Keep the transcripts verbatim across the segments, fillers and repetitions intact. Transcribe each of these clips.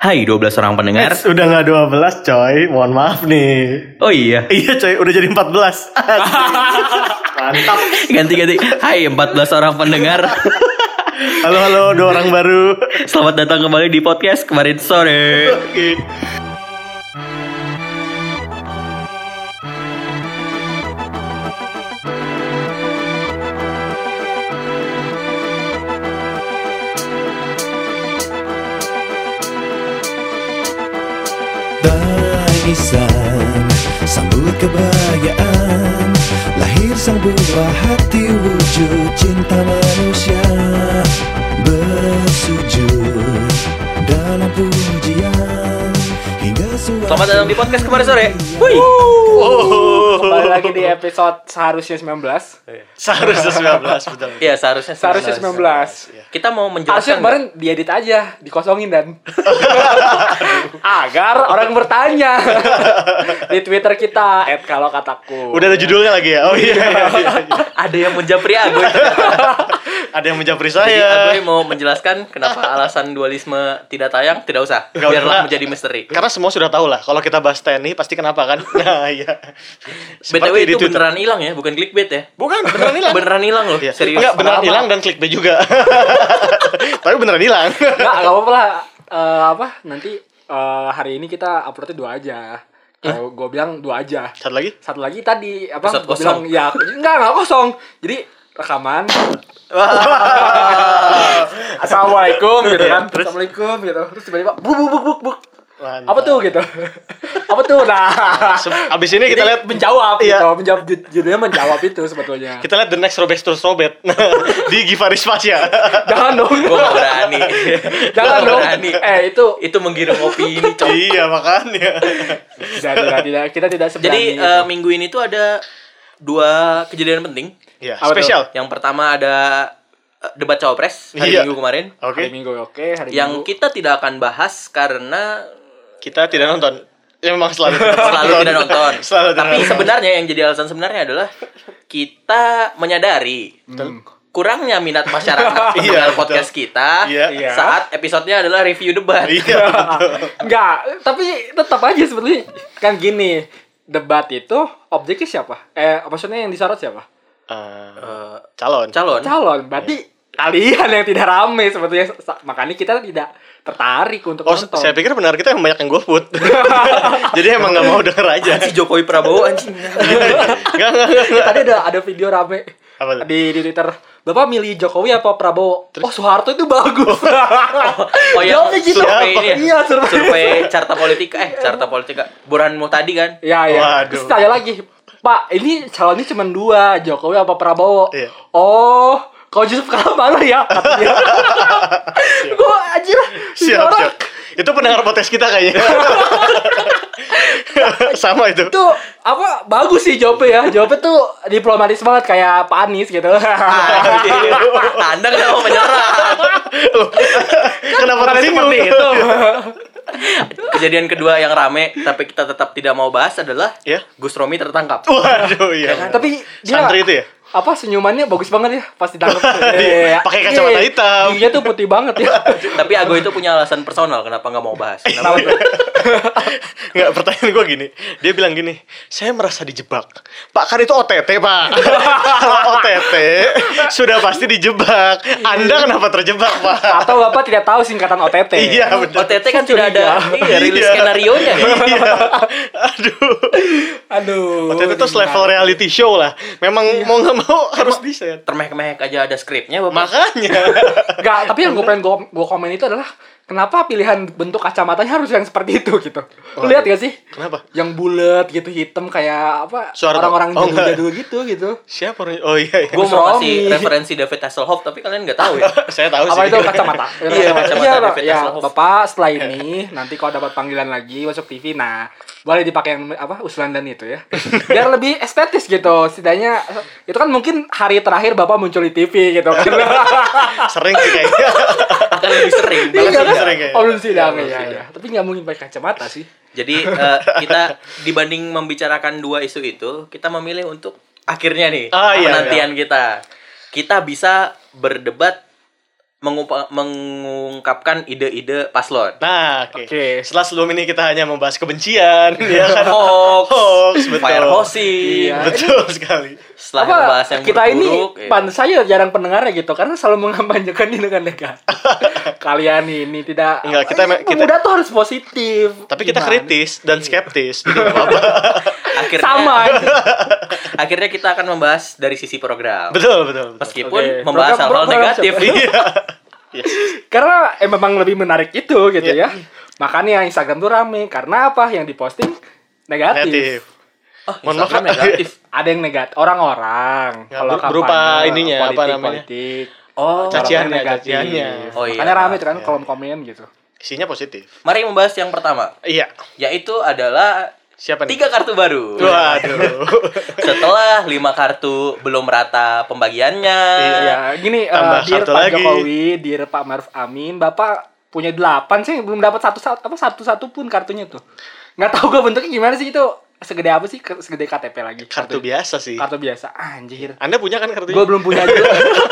Hai dua belas orang pendengar. Eh, udah gak dua belas coy, mohon maaf nih. Oh iya. Iya coy, udah jadi empat belas. Mantap. Ganti-ganti. Hai empat belas orang pendengar. Halo halo dua orang baru. Selamat datang kembali di podcast kemarin sore. Oke. Tangisan sambut kebahagiaan, lahir sang buah hati wujud cinta manusia, bersujud dalam pujian hingga suara. Selamat datang di podcast kemarin sore. Wih. Kembali lagi di episode seharusnya sembilan belas. Seharusnya sembilan belas betul. Iya seharusnya Seharusnya sembilan belas. Kita mau Harusnya menjelaskan kemarin diedit aja, dikosongin dan agar orang bertanya di Twitter kita et kalau kataku. Udah ada judulnya lagi ya. Oh iya. iya, iya, iya. ada yang menjapri Agoy. Ada yang menjapri Jadi saya. Agoy mau menjelaskan kenapa alasan dualisme tidak tayang. Tidak usah. Nggak Biarlah usah. menjadi misteri. Karena semua sudah tahu lah kalau kita bahas T N I pasti kenapa kan. Nah iya. B T W Seperti di itu Twitter. beneran hilang ya, bukan clickbait ya. Bukan beneran hilang. Beneran hilang loh. Iya. Serius. Enggak beneran Apa-apa. hilang dan clickbait juga. Tapi beneran hilang. Enggak, enggak apa-apa lah. Eh, apa? Nanti eh, hari ini kita uploadnya dua aja. Kalau gue bilang dua aja. Satu lagi. Satu lagi tadi apa? Episode Gue bilang kosong. ya enggak enggak kosong. Jadi rekaman. Assalamualaikum gitu kan. Terus? Assalamualaikum gitu. Terus tiba-tiba buk buk buk buk buk. Mantap. Apa tuh gitu? Apa tuh? Nah, Se- Abis ini kita Jadi lihat menjawab Iya. gitu. Menjawab jud- judulnya menjawab itu sebetulnya. kita lihat the next Robek Terus Robet di Givaris Fasya. Jangan dong. Gue gak berani. Jangan Gua dong. berani. Eh itu Itu menggiring opini cok. Iya makanya. tidak, tidak, tidak, kita tidak seberani. Jadi itu. eh, minggu ini tuh ada dua kejadian penting. Iya Apa tuh? spesial. Yang pertama ada eh, debat cawapres hari Iya. minggu kemarin. Oke. hari Minggu oke, hari Yang Minggu. kita tidak akan bahas karena Kita tidak nonton. Ya, memang selalu tidak selalu tidak nonton. Selalu tidak Tapi nonton. sebenarnya yang jadi alasan sebenarnya adalah kita menyadari kurangnya minat masyarakat Iya, mengenal betul. podcast kita Iya. Iya. saat episodenya adalah review debat. Iya betul. Enggak, tapi tetap aja sebetulnya kan gini, debat itu objeknya siapa? Eh, maksudnya yang disorot siapa? Eh, Eh, calon. calon. Calon. Berarti kalian yang tidak rame sebetulnya. Sa- Makanya kita tidak tertarik untuk Oh, nonton. saya pikir benar kita yang banyak yang golput. Jadi emang nggak mau denger aja. Si Jokowi Prabowo anjing. Nggak nggak nggak. Tadi ada ada video rame Apa tuh? di, di Twitter. Bapak milih Jokowi apa Prabowo? Oh, Soeharto itu bagus. Oh yang Jawabnya gitu. survei ini ya? Iya, survei. Survei Carta Politika eh Carta Politika Burhan Muhtadi kan. Iya, iya. Waduh. Terus tanya lagi, Pak, ini calonnya cuma dua, Jokowi apa Prabowo? Iya. Oh, kau Yusuf Kala mana ya? Katanya. Gue anjir. ini Siap orang siap. Itu pendengar podcast kita kayaknya. Sama itu. Tuh apa bagus sih jawabnya ya. Jawabnya tuh diplomatis banget kayak Pak Anies gitu. Anda kenapa menyerang? Kenapa Bukan tersinggung? seperti itu. Kejadian kedua yang rame tapi kita tetap tidak mau bahas adalah Ya. Gus Romi tertangkap. Waduh iya. Tapi dia Santri itu ya? apa senyumannya bagus banget ya pas ditangkap. Iya, pakai kacamata hitam. Giginya tuh putih banget ya. Tapi Ago itu punya alasan personal kenapa nggak mau bahas. Kenapa? Nggak, pertanyaan gue gini. Dia bilang gini, saya merasa dijebak. Pak, kan itu O T T, Pak. Kalau O T T sudah pasti dijebak. Anda kenapa terjebak, Pak? Atau Bapak tidak tahu singkatan O T T. Iya, betul. O T T kan sudah ada iya, rilis Iya. skenario-nya ya. Iya. Aduh. Aduh. O T T itu level reality show lah. Memang mau nggak mau harus bisa. Termeh-meh aja ada skripnya Bapak. Makanya. Enggak, tapi yang gue pengen gue gue komen itu adalah kenapa pilihan bentuk kacamatanya harus yang seperti itu gitu. Lu lihat gak sih? Kenapa? Yang bulat gitu hitam kayak apa? Soeharto. Orang-orang Oh, enggak. jadul-jadul gitu gitu. Siapa orang? Oh iya, iya. Gue mau Gus kasih Romi. referensi David Hasselhoff tapi kalian nggak tahu ya. Saya tahu Apa sih. itu kacamata? Iya, kacamata Iya, David ya, Hasselhoff. Bapak setelah ini nanti kalau dapat panggilan lagi masuk T V, nah boleh dipakai yang apa usulan dan itu ya. Biar lebih estetis gitu. Setidaknya itu kan mungkin hari terakhir Bapak muncul di T V gitu kan. Sering sih kayaknya. Akan lebih sering. Iya, Bahkan kan? tidak. Sering kayaknya. Oh, belum sidang Belum ya, sidang. ya. Tapi nggak mungkin pakai kacamata sih. Jadi eh, kita dibanding membicarakan dua isu itu, kita memilih untuk akhirnya nih Ah, iya, penantian kita. Kita bisa berdebat mengupa- mengungkapkan ide-ide paslon. Nah, oke. Oke. Setelah sebelum ini kita hanya membahas kebencian, ya kan? Hoax, Hoax, betul. fire hosting. Iya. Betul sekali. Setelah Apa, membahas yang kita ini buruk-buruk, ya. pantas saja jarang pendengarnya gitu karena selalu mengampanyakan ini dengan negatif. Kalian ini tidak Enggak, kita- eh, kita- pemuda tuh harus positif. Tapi kita Gimana? kritis dan skeptis. Jadi nggak apa-apa. akhirnya, Sama. akhirnya kita akan membahas dari sisi program. betul, betul, betul. Meskipun Oke. membahas Program- hal-hal program negatif. siapa? Yes. Karena eh, memang lebih menarik itu gitu Iya. ya. Makanya Instagram tuh rame karena apa yang diposting negatif. Negatif. Oh, Mohon maaf, Instagram Pak. negatif. Ada yang negatif, orang-orang. Ya, Kalau ber- berupa kampanye, ininya, apa politik, namanya? politik. Oh, Caciannya, negatif. caciannya. Oh, iya. Makanya rame tuh kan Iya. kolom komen gitu. Isinya positif. Mari membahas yang pertama, Iya. yaitu adalah Siapa nih? tiga kartu baru. Waduh. Setelah lima kartu belum rata pembagiannya. Iya, gini, Tambah uh, dear satu Pak lagi. Jokowi, dear Pak Maruf Amin, Bapak punya delapan sih, belum dapat satu satu apa satu satu pun kartunya tuh. Nggak tahu gue bentuknya gimana sih itu. Segede apa sih? Ke- Segede K T P lagi. Kartu biasa sih. Kartu biasa. Anjir. Anda punya kan kartunya? Gue belum punya juga.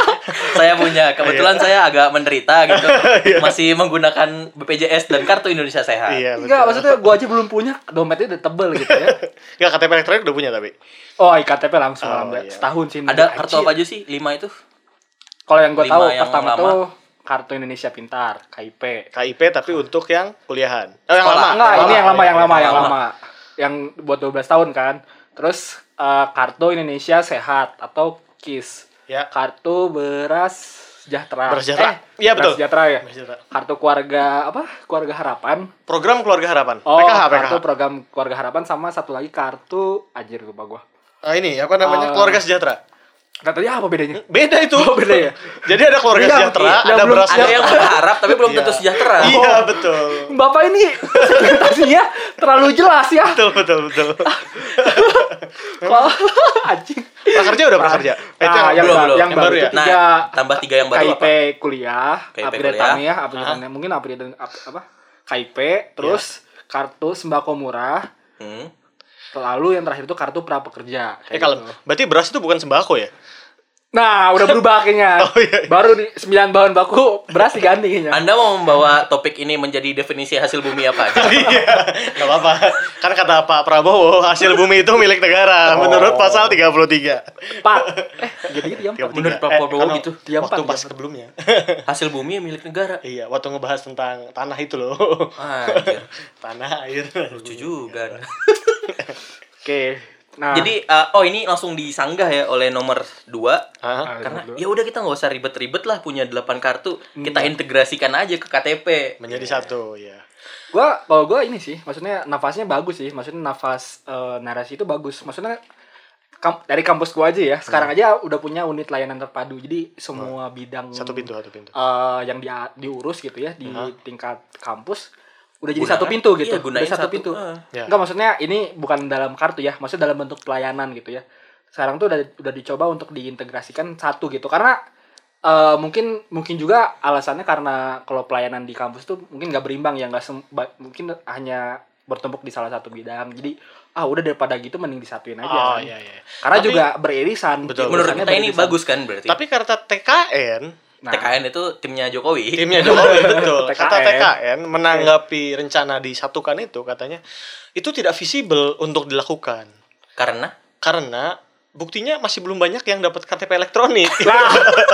Saya punya. Kebetulan Iya. saya agak menderita gitu. Masih menggunakan B P J S dan kartu Indonesia Sehat. Iya, betul. Enggak, maksudnya gue aja belum punya. Dompetnya udah tebel gitu ya. Enggak, K T P elektronik udah punya tapi. Oh, K T P langsung Oh, alhamdulillah. iya. Setahun sih. Ada Anjir. kartu apa aja sih? Lima itu? Kalau yang gue Lima tahu yang pertama lama. tuh kartu Indonesia Pintar, K I P. K I P tapi untuk yang kuliahan. Oh, yang Sekolah. lama. Enggak, ini yang lama, Iya, yang lama, iya, yang lama. lama. Yang buat dua belas tahun kan. Terus eh, kartu Indonesia Sehat atau KIS. Ya. Kartu beras sejahtera. Beras sejahtera. Eh, Iya, beras betul. sejahtera ya. Beras sejahtera. Kartu keluarga apa? Keluarga harapan. Program Keluarga Harapan. Oh, P K H, P K H. kartu program keluarga harapan sama satu lagi kartu anjir lupa gua. Ah, ini apa namanya? Ah. Keluarga Sejahtera. Nah, tadi apa bedanya? Beda itu. Oh, beda ya? Jadi ada Keluarga Iya, Sejahtera, iya, ada belum- beras Ada yang berharap tapi belum Iya. tentu sejahtera. Iya, betul. Bapak ini segmentasinya terlalu jelas ya. Betul, betul, betul. Kok anjing. Prakerja udah prakerja. Eh, itu Nah, yang, belum, ba- belum. yang Yang baru baru itu ya? Nah, tiga tambah tiga yang baru K I P apa? kuliah, K I P upgrade-an kuliah. ya, upgrade-an mungkin upgrade up- apa? K I P, terus kartu sembako murah, Hmm. lalu yang terakhir itu kartu prapekerja. Eh kayak kalau gitu. berarti beras itu bukan sembako ya? Nah, udah berubah akhirnya. Oh, iya. Baru di sembilan bahan baku beras diganti kayaknya. Anda mau membawa topik ini menjadi definisi hasil bumi apa aja? Iya, nggak apa-apa. Kan kata Pak Prabowo, hasil bumi itu milik negara Oh. menurut pasal tiga puluh tiga. Empat. Eh, jadi dia empat. Menurut Pak Prabowo gitu. Dia Waktu empat. pas dia empat. sebelumnya. Hasil bumi milik negara. Iya, waktu ngebahas tentang tanah itu loh. Anjir, Tanah, air. lucu juga. Oke. Nah, Jadi uh, oh ini langsung disanggah ya oleh nomor dua. Hah? Ah, Karena dulu. ya udah kita nggak usah ribet-ribet lah punya delapan kartu. Hmm. Kita integrasikan aja ke K T P. Menjadi satu, ya. gua kalau gua ini sih, maksudnya nafasnya bagus sih. Maksudnya nafas eh, narasi itu bagus. Maksudnya kam- dari kampus gua aja ya. Sekarang aja udah punya unit layanan terpadu. Jadi semua bidang Satu pintu, satu pintu. eh, yang dia diurus gitu ya di Hah? tingkat kampus udah jadi Gunakan- satu pintu gitu. iya, gunain udah satu, satu, pintu. ah. Ya. Enggak, maksudnya ini bukan dalam kartu ya, maksudnya dalam bentuk pelayanan gitu ya. Sekarang tuh udah udah dicoba untuk diintegrasikan satu gitu. Karena eh, mungkin mungkin juga alasannya karena kalau pelayanan di kampus tuh mungkin nggak berimbang ya, nggak sem- ba- mungkin hanya bertumpuk di salah satu bidang. Jadi ah udah daripada gitu mending disatuin aja. Oh, iya, iya. Karena Tapi- juga beririsan. Betul. Menurut Urusannya kita ini beririsan. bagus kan berarti. Tapi kata T K N, Nah, T K N itu timnya Jokowi. timnya Jokowi betul. T K N. Kata T K N menanggapi rencana disatukan itu katanya itu tidak visible untuk dilakukan Karena karena buktinya masih belum banyak yang dapat K T P elektronik. Lah,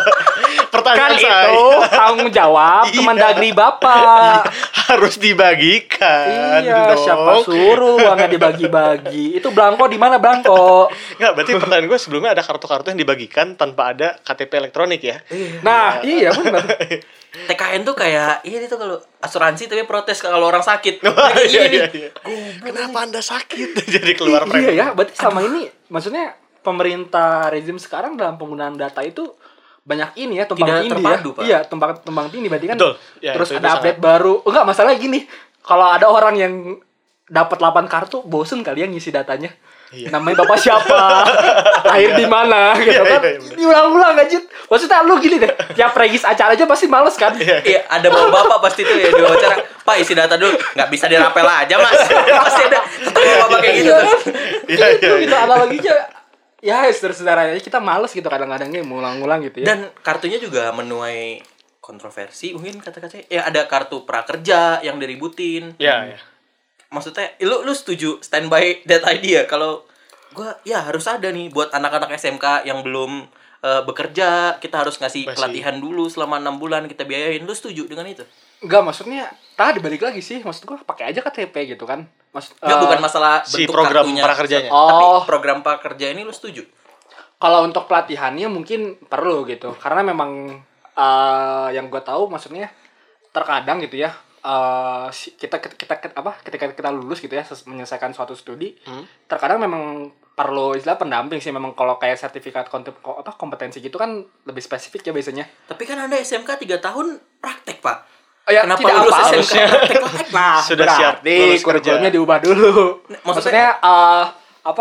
Pertanyaan kan saya itu tanggung jawab Iya. Kemendagri Bapak. harus dibagikan. Iya, dong. siapa suruh uangnya dibagi-bagi? Itu belangko di mana belangko? Nggak, berarti pertanyaan gue sebelumnya ada kartu-kartu yang dibagikan tanpa ada K T P elektronik ya. Nah, iya benar. T K N tuh kayak iya itu kalau asuransi tapi protes kalau orang sakit. Wah, Kayak iya, gini iya, nih. iya. Kenapa Anda sakit? Jadi keluar Iya premi. ya, berarti sama ini maksudnya pemerintah rezim sekarang dalam penggunaan data itu banyak ini ya, tumpang Tidak tindih terpadu, ya. Pak. Iya, tumpang tumpang tindih berarti kan. Betul. Ya, terus itu- itu ada update baru. Enggak, masalahnya gini. Kalau ada orang yang dapat delapan kartu, bosen kali ya ngisi datanya. Iya. Namanya bapak siapa, lahir di mana, gitu Iya, kan? iya, iya, Diulang-ulang aja. Maksudnya lu gini deh, tiap regis acara aja pasti males kan? Iya, ada bawa bapak pasti tuh ya di wawancara. Pak isi data dulu, nggak bisa dirapel aja mas. Pasti ada ketemu bapak kayak gitu. Iya kan? Iya, Gitu, iya, gitu iya. analoginya. Ya, saudara-saudaranya kita males gitu kadang-kadang ngulang-ngulang gitu ya. Dan kartunya juga menuai kontroversi mungkin kata-katanya. Ya ada kartu prakerja yang diributin. Ya, ya. Maksudnya lu lu setuju standby that idea kalau gua ya harus ada nih buat anak-anak S M K yang belum uh, bekerja, kita harus ngasih Masih. pelatihan dulu selama enam bulan kita biayain. Lu setuju dengan itu? Enggak, maksudnya tadi balik lagi sih. Maksud gua pakai aja K T P gitu kan. Maksud Enggak, eh, bukan masalah Si bentuk program kartunya. prakerjanya. Tapi Oh. program prakerja ini lu setuju? Kalau untuk pelatihannya mungkin perlu gitu, karena memang uh, yang gue tahu maksudnya terkadang gitu ya, uh, si- kita kita kita- apa ketika kita lulus gitu ya ses- menyelesaikan suatu studi, Hmm. terkadang memang perlu istilah pendamping sih, memang kalau kayak sertifikat konte- ko- apa kompetensi gitu kan lebih spesifik ya biasanya. Tapi kan Anda S M K tiga tahun praktek, Pak. Oh ya, Kenapa tidak lulus apa, S M K harusnya. praktek lagi? Nah, Sudah siap berarti lulus kurikulumnya kerja. diubah dulu. Maksudnya- Maksudnya uh, apa?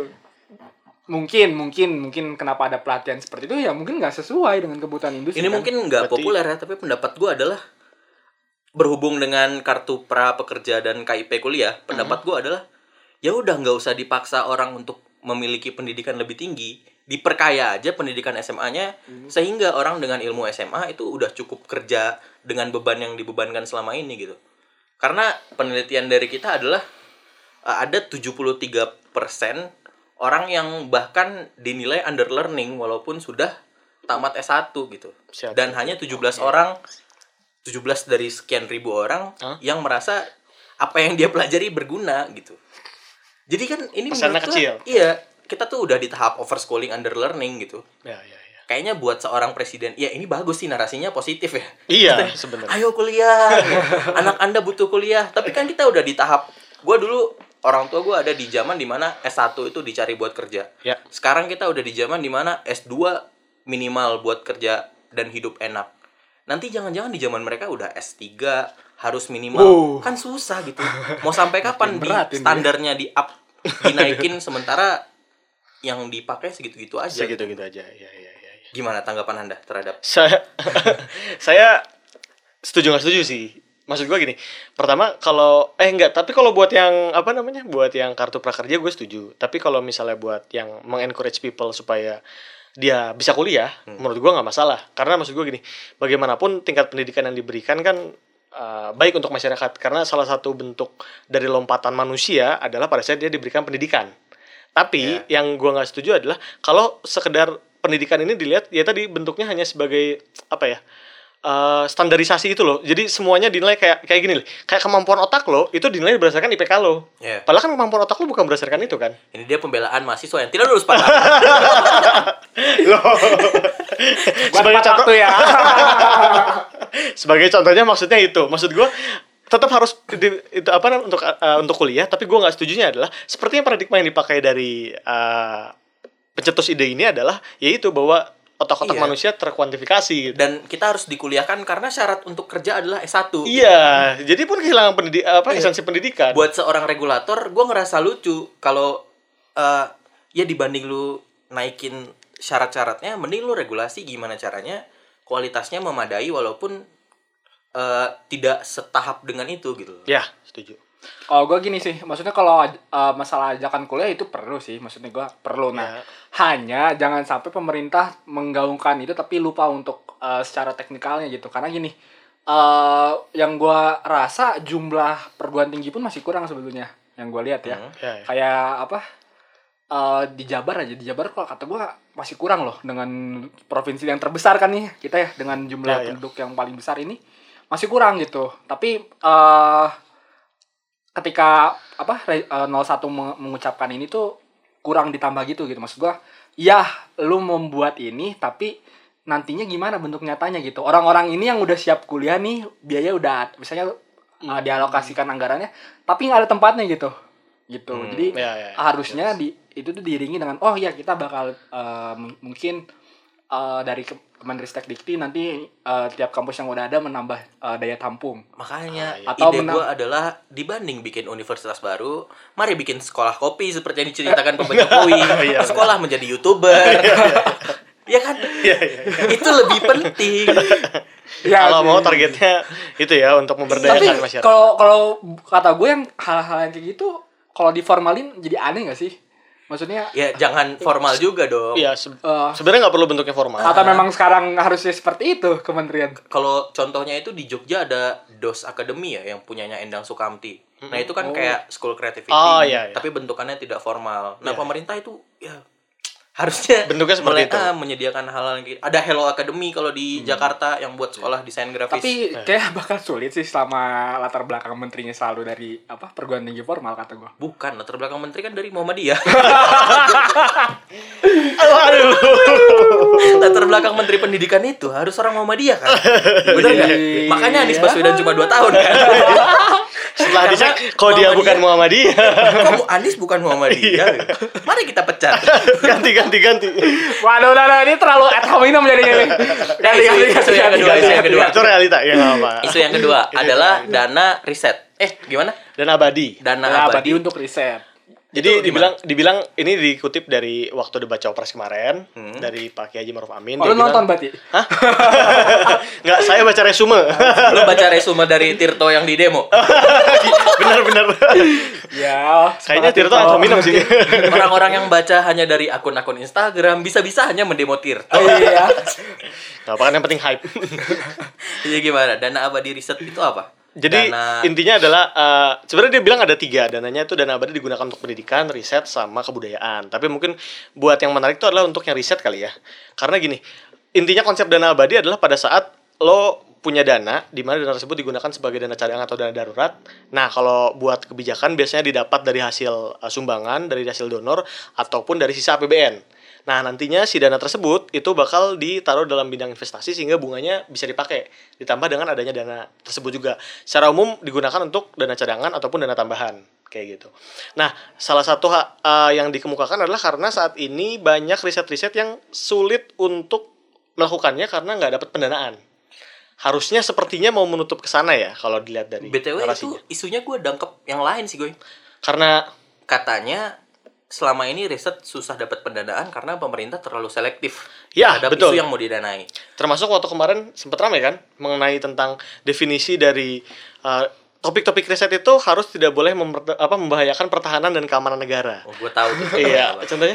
Mungkin, mungkin, mungkin kenapa ada pelatihan seperti itu ya mungkin nggak sesuai dengan kebutuhan industri. Ini kan? mungkin nggak Berarti- populer ya, tapi pendapat gue adalah berhubung dengan kartu pra pekerja dan K I P kuliah, pendapat gue adalah ya udah nggak usah dipaksa orang untuk memiliki pendidikan lebih tinggi, diperkaya aja pendidikan S M A-nya sehingga orang dengan ilmu S M A itu udah cukup kerja dengan beban yang dibebankan selama ini gitu. Karena penelitian dari kita adalah uh, ada tujuh puluh tiga persen orang yang bahkan dinilai underlearning walaupun sudah tamat S satu gitu. Siap. Dan hanya tujuh belas orang, tujuh belas dari sekian ribu orang Hah? yang merasa apa yang dia pelajari berguna gitu. Jadi kan ini Persennya menurut gua, kecil. iya, kita tuh udah di tahap overschooling underlearning gitu. Ya, ya, ya. Kayaknya buat seorang presiden, ya ini bagus sih narasinya positif ya. Iya, Maksudnya, sebenarnya. Ayo kuliah, anak Anda butuh kuliah. Tapi kan kita udah di tahap, gue dulu orang tua gue ada di zaman dimana S satu itu dicari buat kerja. Ya. Sekarang kita udah di zaman dimana S dua minimal buat kerja dan hidup enak. Nanti jangan-jangan di zaman mereka udah S tiga harus minimal. Wow. Kan susah gitu. Mau sampai kapan di berat ini. standarnya di up, dinaikin sementara yang dipakai segitu-gitu aja. Segitu-gitu aja. Ya, ya, ya, ya. Gimana tanggapan Anda terhadap Saya saya setuju nggak setuju sih. Maksud gue gini, pertama kalau eh enggak, tapi kalau buat yang apa namanya, buat yang kartu prakerja gue setuju. Tapi kalau misalnya buat yang mengencourage people supaya dia bisa kuliah, hmm. menurut gue nggak masalah. Karena maksud gue gini, bagaimanapun tingkat pendidikan yang diberikan kan uh, baik untuk masyarakat. Karena salah satu bentuk dari lompatan manusia adalah pada saat dia diberikan pendidikan. Tapi Ya. yang gue nggak setuju adalah kalau sekedar pendidikan ini dilihat ya tadi bentuknya hanya sebagai apa ya? Uh, standarisasi itu loh. Jadi semuanya dinilai kayak kayak gini loh. Kayak kemampuan otak lo itu dinilai berdasarkan I P K lo. Ya. Padahal kan kemampuan otak lo bukan berdasarkan itu kan. Ini dia pembelaan mahasiswa yang tidak lulus Pak. Loh. sebagai contoh waktu ya. sebagai contohnya maksudnya itu. Maksud gue tetap harus di, itu apa namanya, untuk uh, untuk kuliah, tapi gue nggak setujunya adalah seperti yang paradigma yang dipakai dari uh, pencetus ide ini adalah yaitu bahwa otak-otak Iya. manusia terkuantifikasi gitu. Dan kita harus dikuliahkan karena syarat untuk kerja adalah S satu. Iya, jadi pun kehilangan pendidik apa Iya. esensi pendidikan. Buat seorang regulator, gue ngerasa lucu kalau uh, ya dibanding lu naikin syarat-syaratnya, mending lu regulasi gimana caranya kualitasnya memadai walaupun uh, tidak setahap dengan itu gitu. Ya, setuju. Oh, gue gini sih, maksudnya kalau uh, masalah ajakan kuliah itu perlu sih, maksudnya gue perlu. Nah, Ya. hanya jangan sampai pemerintah menggaungkan itu tapi lupa untuk uh, secara teknikalnya gitu. Karena gini, uh, yang gue rasa jumlah perguruan tinggi pun masih kurang sebetulnya, yang gue lihat ya. Hmm. Ya, ya. Kayak apa? Uh, di Jabar aja, di Jabar kalau kata gue masih kurang loh dengan provinsi yang terbesar kan nih kita ya, dengan jumlah Ya, ya. penduduk yang paling besar ini masih kurang gitu. Tapi uh, ketika apa re- uh, nol satu meng- mengucapkan ini tuh kurang ditambah gitu gitu, maksud gua ya lu membuat ini tapi nantinya gimana bentuk nyatanya gitu. Orang-orang ini yang udah siap kuliah nih, biaya udah misalnya uh, dialokasikan anggarannya tapi nggak ada tempatnya gitu gitu. Hmm, Jadi ya, ya, ya. harusnya di itu tuh diiringi dengan oh ya kita bakal uh, m- mungkin uh, dari Ke- Kemenristek Dikti nanti uh, tiap kampus yang udah ada menambah uh, daya tampung. Makanya Ah, iya. Atau ide menang- gue adalah dibanding bikin universitas baru, mari bikin sekolah kopi seperti yang diceritakan Pak Jokowi. Iya, Sekolah menjadi YouTuber. Ya kan? Itu lebih penting. Ya, Kalau mau sih. targetnya itu ya untuk Tapi memberdayakan masyarakat. kalau kalau kata gue yang hal-hal yang kayak gitu kalau diformalin jadi aneh gak sih? Maksudnya Ya jangan formal juga dong. Iya, se- eh, sebenarnya nggak perlu bentuknya formal. atau memang sekarang harusnya seperti itu kementerian? Kalau contohnya itu di Jogja ada D O S Academy ya yang punyanya Endang Sukamti. Nah itu kan Oh. kayak school creativity, Oh, iya, iya. tapi bentukannya tidak formal. Nah Iya, pemerintah itu ya harusnya Bentuknya seperti mulai, itu. ah, menyediakan hal-hal gitu. Ada Hello Academy kalau di Jakarta yang buat sekolah desain grafis. Tapi kayak bakal sulit sih selama latar belakang menterinya selalu dari apa perguruan tinggi formal kata gua. Bukan, latar belakang menteri kan dari Muhammadiyah. Aduh. Latar belakang menteri pendidikan itu harus orang Muhammadiyah kan. Bener nggak? Iya. Makanya Anies Baswedan cuma dua tahun kan. Setelah Karena dicek, kok dia bukan Muhammadiyah. Kamu Anies bukan Muhammadiyah. Mari kita pecat. ganti ganti ganti. Waduh, waduh, waduh, ini terlalu ad hominem jadinya nih. Ganti, ganti, Isu- isu ganti, yang ganti, kedua, ganti, isu yang ganti. kedua. Itu realita ya nggak apa. Isu yang kedua adalah dana riset. Eh, gimana? Dan abadi. Dana Nah, abadi. abadi untuk riset. Jadi Itu dibilang dibilang ini dikutip dari waktu debat cawapres kemarin Hmm. dari Pak Kiai Haji Maruf Amin. Oh, Dia lu nonton bilang, berarti? nggak, saya baca resume. Lu baca resume dari Tirto yang di demo. Benar-benar. Ya, Kayaknya semangat Tirto itu. adminum sih. Orang-orang yang baca hanya dari akun-akun Instagram bisa-bisa hanya mendemo Tirto. Oh, iya. Nggak apa kan yang penting hype. Jadi gimana? Dana abadi riset itu apa? Jadi Dana- intinya adalah uh, sebenarnya dia bilang ada tiga dananya itu dana abadi digunakan untuk pendidikan, riset, sama kebudayaan. Tapi mungkin buat yang menarik itu adalah untuk yang riset kali ya. Karena gini, intinya konsep dana abadi adalah pada saat lo punya dana, di mana dana tersebut digunakan sebagai dana cadangan atau dana darurat. Nah, kalau buat kebijakan biasanya didapat dari hasil uh, sumbangan, dari hasil donor, ataupun dari sisa A P B N. Nah, nantinya si dana tersebut itu bakal ditaruh dalam bidang investasi sehingga bunganya bisa dipakai. Ditambah dengan adanya dana tersebut juga. Secara umum digunakan untuk dana cadangan ataupun dana tambahan. Kayak gitu. Nah, salah satu ha- uh, yang dikemukakan adalah karena saat ini banyak riset-riset yang sulit untuk melakukannya karena nggak dapat pendanaan. Harusnya sepertinya mau menutup ke sana ya kalau dilihat dari B T W itu narasinya. isunya gue dangkep yang lain sih gue. Karena Katanya selama ini riset susah dapat pendanaan karena pemerintah terlalu selektif Ya, terhadap betul. isu yang mau didanai. termasuk waktu kemarin sempat ramai kan mengenai tentang definisi dari uh, topik-topik riset itu harus tidak boleh memper- apa membahayakan pertahanan dan keamanan negara. Oh, gue tahu tuh. Iya, contohnya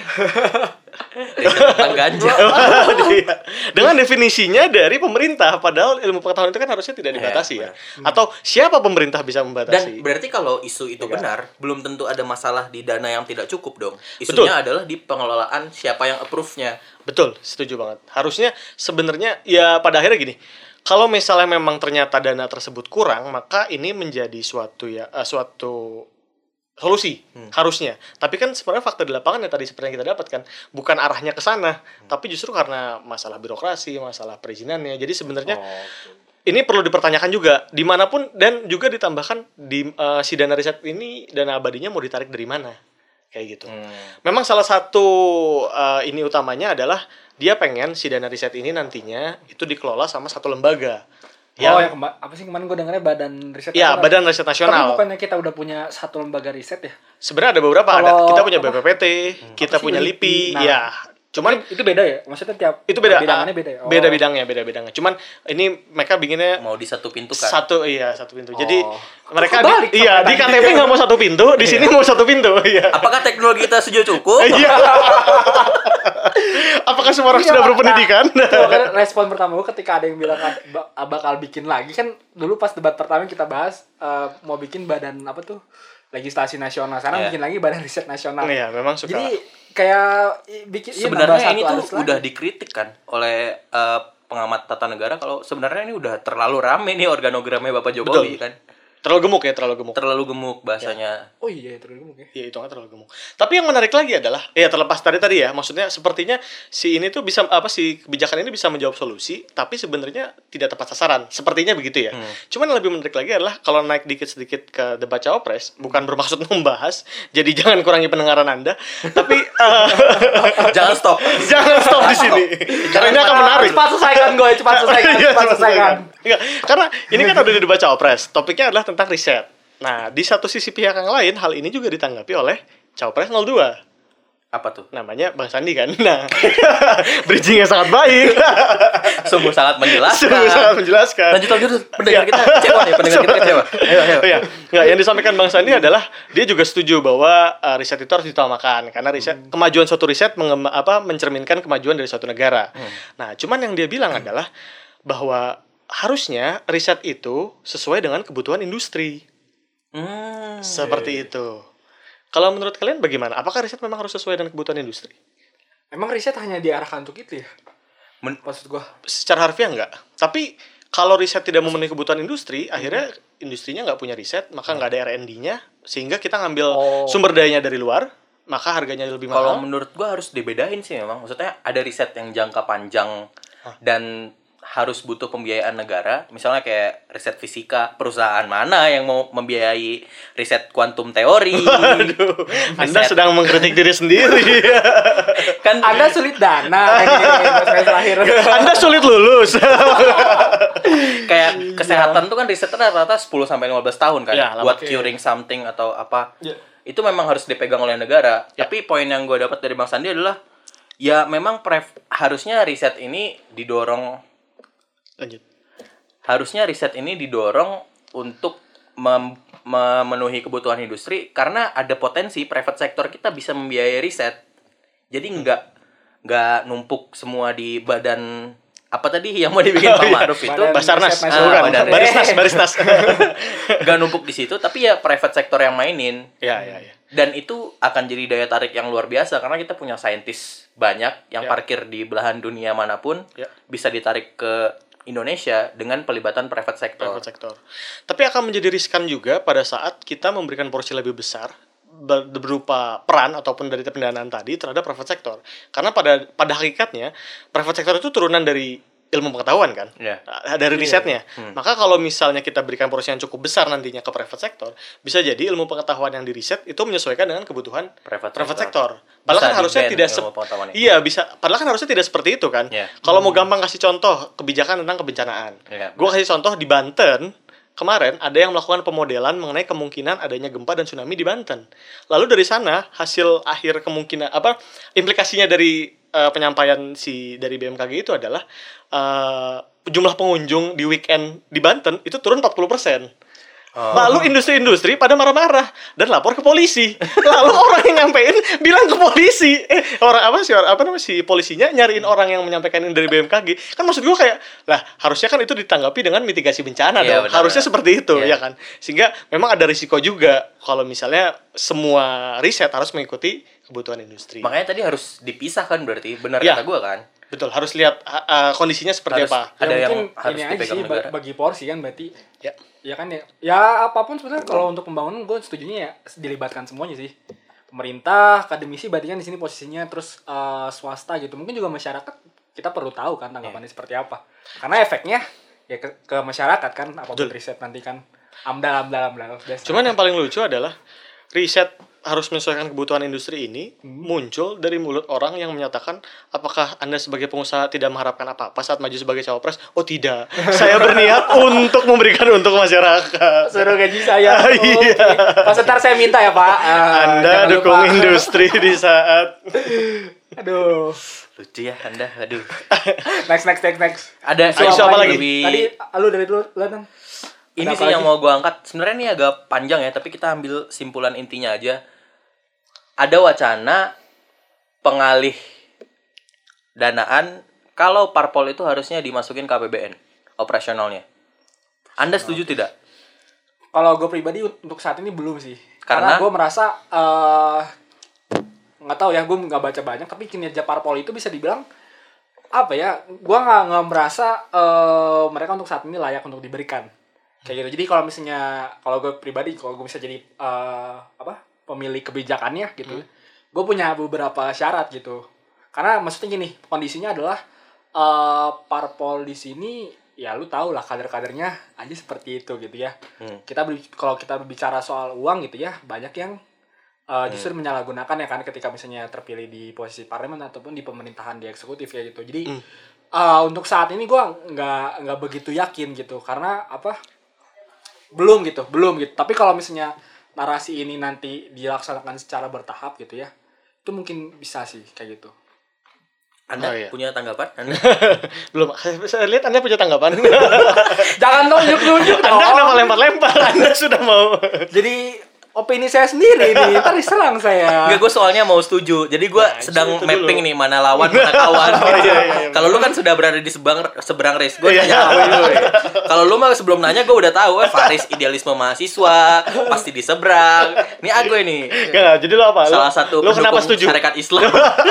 Riset tentang ganja. Iya. Dengan definisinya dari pemerintah, padahal ilmu pengetahuan itu kan harusnya tidak dibatasi ya. Atau siapa pemerintah bisa Dan membatasi? berarti kalau isu itu Negara. benar, belum tentu ada masalah di dana yang tidak cukup dong. Isunya adalah di pengelolaan siapa yang approve-nya. Betul, setuju banget. Harusnya sebenarnya ya pada akhirnya gini. Kalau misalnya memang ternyata dana tersebut kurang, maka ini menjadi suatu ya eh, suatu solusi harusnya. Tapi kan sebenarnya fakta di lapangan ya tadi seperti yang kita dapatkan bukan arahnya ke sana, tapi justru karena masalah birokrasi, masalah perizinannya. Jadi sebenarnya ini perlu dipertanyakan juga dimanapun dan juga ditambahkan di eh, si dana riset ini dana abadinya mau ditarik dari mana kayak gitu. Memang salah satu eh, ini utamanya adalah dia pengen si dana riset ini nantinya itu dikelola sama satu lembaga. Oh, yang kema- apa sih kemarin gue dengarnya Badan Riset Ya, Nasional. Badan Riset Tapi Nasional. bukannya kita udah punya satu lembaga riset ya? Sebenarnya ada beberapa, ada Kalau- kita punya B apa? P P T, kita Apa sih punya L I P I? LIPI, Nah. ya. Cuman itu beda ya? Maksudnya tiap itu beda bidangannya beda ya? Oh. beda bidangnya beda bidangnya cuman ini mereka bikinnya Mau di satu pintu kan. satu iya satu pintu jadi Oh. mereka Kebalik di, iya sama di K tadi. T P nggak mau satu pintu di sini mau satu pintu iya Apakah teknologi kita sudah cukup? iya apakah semua orang Iya, sudah Pak. berpendidikan Nah, itu kan respon pertama gue ketika ada yang bilang ba- bakal bikin lagi kan dulu pas debat pertama kita bahas eh, mau bikin badan apa tuh legislasi nasional sekarang Iya. bikin lagi badan riset nasional. iya memang suka Jadi kayak i- bikin iya, nambah Sebenarnya satu ini tuh arus lagi. udah dikritik kan oleh eh, pengamat tata negara kalau sebenarnya ini udah terlalu rame nih organogramnya Bapak Jokowi Betul. kan. terlalu gemuk ya terlalu gemuk Terlalu gemuk bahasanya. Oh iya terus gemuk ya. Iya, itu kan terlalu gemuk. Tapi yang menarik lagi adalah, ya terlepas dari tadi ya, maksudnya sepertinya si ini tuh bisa apa si kebijakan ini bisa menjawab solusi, tapi sebenarnya tidak tepat sasaran. Sepertinya begitu ya. Hmm. Cuman yang lebih menarik lagi adalah kalau naik dikit-sedikit ke debat cawapres, bukan bermaksud membahas, jadi jangan kurangi pendengaran Anda, tapi eh, Jangan stop. jangan stop di sini. Karena ini akan menarik. Cepat selesaikan gue, cepat selesaikan, Iya, cepat selesaikan. Enggak, karena ini kan ada di debat cawapres. Topiknya adalah tentang riset. Nah, di satu sisi pihak yang lain, hal ini juga ditanggapi oleh cawapres nol dua. Apa tuh? Namanya Bang Sandi kan. Nah, bridgingnya sangat baik. Sungguh sangat menjelaskan. Sungguh sangat menjelaskan. Lanjut lanjut pendengar kita kecewa nih, pendengar kita kecewa. Ayo ayo. Oh, iya. Nggak, yang disampaikan Bang Sandi adalah dia juga setuju bahwa uh, riset itu harus diutamakan karena riset hmm. kemajuan suatu riset mengem- apa mencerminkan kemajuan dari suatu negara. Hmm. Nah, cuman yang dia bilang hmm. adalah bahwa harusnya riset itu sesuai dengan kebutuhan industri. Hmm. Seperti itu. Kalau menurut kalian bagaimana? Apakah riset memang harus sesuai dengan kebutuhan industri? Emang riset hanya diarahkan untuk itu ya? Men- Maksud gua secara harfiah enggak. Tapi kalau riset tidak memenuhi kebutuhan industri, hmm. akhirnya industrinya nggak punya riset, maka nggak ada R and D-nya, sehingga kita ngambil oh. sumber dayanya dari luar, maka harganya lebih mahal. Kalau menurut gua harus dibedain sih memang. Maksudnya ada riset yang jangka panjang Hah? dan harus butuh pembiayaan negara, misalnya kayak riset fisika, perusahaan mana yang mau membiayai riset kuantum teori? Aduh, Anda sedang mengkritik diri sendiri. Kan Anda sulit dana ini terakhir. Anda sulit lulus. Kayak kesehatan tuh kan risetnya rata-rata sepuluh sampai lima belas tahun kan, ya, buat okay. curing something atau apa. Ya. Itu memang harus dipegang oleh negara. Ya. Tapi poin yang gue dapat dari Bang Sandi adalah ya memang pref- harusnya riset ini didorong Lanjut. Harusnya riset ini didorong untuk mem- memenuhi kebutuhan industri karena ada potensi private sector kita bisa membiayai riset. Jadi nggak nggak numpuk semua di badan apa tadi yang mau dibikin Pak Ma'ruf itu Basarnas, ah, bukan badan Barisnas, Barisnas. Nggak numpuk di situ, tapi ya private sector yang mainin. Ya, ya, ya. Dan itu akan jadi daya tarik yang luar biasa karena kita punya saintis banyak yang ya. parkir di belahan dunia manapun ya. bisa ditarik ke Indonesia dengan pelibatan private sector. Private sector. Tapi akan menjadi riskan juga pada saat kita memberikan porsi lebih besar berupa peran ataupun dari pendanaan tadi terhadap private sector. Karena pada pada hakikatnya private sector itu turunan dari ilmu pengetahuan kan, yeah. dari risetnya. Hmm. Maka kalau misalnya kita berikan porsi yang cukup besar nantinya ke private sector, bisa jadi ilmu pengetahuan yang diriset itu menyesuaikan dengan kebutuhan private, private sector. sector. Padahal kan harusnya tidak se- iya bisa. Padahal kan harusnya tidak seperti itu kan. Yeah. Kalau hmm. mau gampang kasih contoh kebijakan tentang kebencanaan, yeah. gue kasih contoh di Banten. Kemarin ada yang melakukan pemodelan mengenai kemungkinan adanya gempa dan tsunami di Banten. Lalu dari sana hasil akhir kemungkinan apa implikasinya dari uh, penyampaian si dari B M K G itu adalah uh, jumlah pengunjung di weekend di Banten itu turun empat puluh persen. Oh. Lalu industri-industri pada marah-marah dan lapor ke polisi. Lalu orang yang nyampein bilang ke polisi, eh orang apa sih apa namanya si polisinya nyariin orang yang menyampaikan ini dari B M K G. Kan maksud gue kayak, lah harusnya kan itu ditanggapi dengan mitigasi bencana yeah, dong. Benar, harusnya benar. Seperti itu yeah. ya kan. Sehingga memang ada risiko juga kalau misalnya semua riset harus mengikuti kebutuhan industri. Makanya tadi harus dipisahkan berarti, benar ya. kata gue kan. Betul, harus lihat uh, kondisinya seperti harus, apa. Ada ya, yang mungkin harus ini aja dipegang sih negara. bagi porsi kan berarti. Ya. Ya kan ya. Ya apapun sebenarnya kalau untuk pembangunan gue setujunya ya dilibatkan semuanya sih. Pemerintah, akademisi berarti kan di sini posisinya terus uh, swasta gitu. Mungkin juga masyarakat kita perlu tahu kan tanggapannya yeah. seperti apa. Karena efeknya ya ke, ke masyarakat kan apapun Betul. riset nanti kan amdal amdal amdal. Cuman yang paling lucu adalah riset harus menyesuaikan kebutuhan industri ini hmm. muncul dari mulut orang yang menyatakan apakah Anda sebagai pengusaha tidak mengharapkan apa-apa saat maju sebagai cawapres? Oh tidak, saya berniat untuk memberikan untuk masyarakat. Suruh gaji saya. Oh, iya. Okay. Pas ntar saya minta ya Pak. Uh, Anda dukung lupa. Industri di saat. Aduh. Lucu ya Anda, aduh. next next next next. Ada siapa apa lagi? Lebih... Tadi lu dari dulu lah Ini sih lagi? Yang mau gue angkat. Sebenarnya ini agak panjang ya, tapi kita ambil simpulan intinya aja. Ada wacana pengalih danaan kalau parpol itu harusnya dimasukin K A P B N operasionalnya. Anda setuju tidak? Kalau gue pribadi untuk saat ini belum sih. Karena, Karena gue merasa uh, nggak tahu ya, gue nggak baca banyak, tapi kinerja parpol itu bisa dibilang apa ya? Gue nggak nggak merasa uh, mereka untuk saat ini layak untuk diberikan. Kayak gitu. Jadi kalau misalnya kalau gue pribadi kalau gue bisa jadi uh, apa pemilik kebijakannya gitu, hmm. gue punya beberapa syarat gitu. Karena maksudnya gini, kondisinya adalah uh, parpol di sini ya lu tau lah kader-kadernya aja seperti itu gitu ya. Hmm. Kita ber, kalau kita berbicara soal uang gitu ya, banyak yang uh, justru hmm. menyalahgunakan ya kan ketika misalnya terpilih di posisi parlemen ataupun di pemerintahan di eksekutif ya gitu. Jadi hmm. uh, untuk saat ini gue nggak nggak begitu yakin gitu karena apa? Belum gitu, belum gitu. Tapi kalau misalnya narasi ini nanti dilaksanakan secara bertahap gitu ya, Itu mungkin bisa sih kayak gitu. Anda Oh, iya. punya tanggapan? Anda? Belum, saya lihat Anda punya tanggapan. Jangan nunjuk-nunjuk dong. Anda kenapa lempar-lempar? Anda sudah mau. Jadi opini saya sendiri nih, ntar diserang saya. Enggak, gue soalnya mau setuju. Jadi gue Nah, sedang itu mapping dulu. nih mana lawan mana kawan. Oh, iya, iya, iya. Kalau lu kan sudah berada di seberang seberang race, gue Iya. nanya apa dulu ya. Kalau lu mah sebelum nanya gue udah tahu, eh Faris idealisme mahasiswa, pasti di seberang. Ini aku ini. Enggak, jadi lo apa? Lu- Salah satu Lu kenapa pendukung setuju? Syarikat Islam.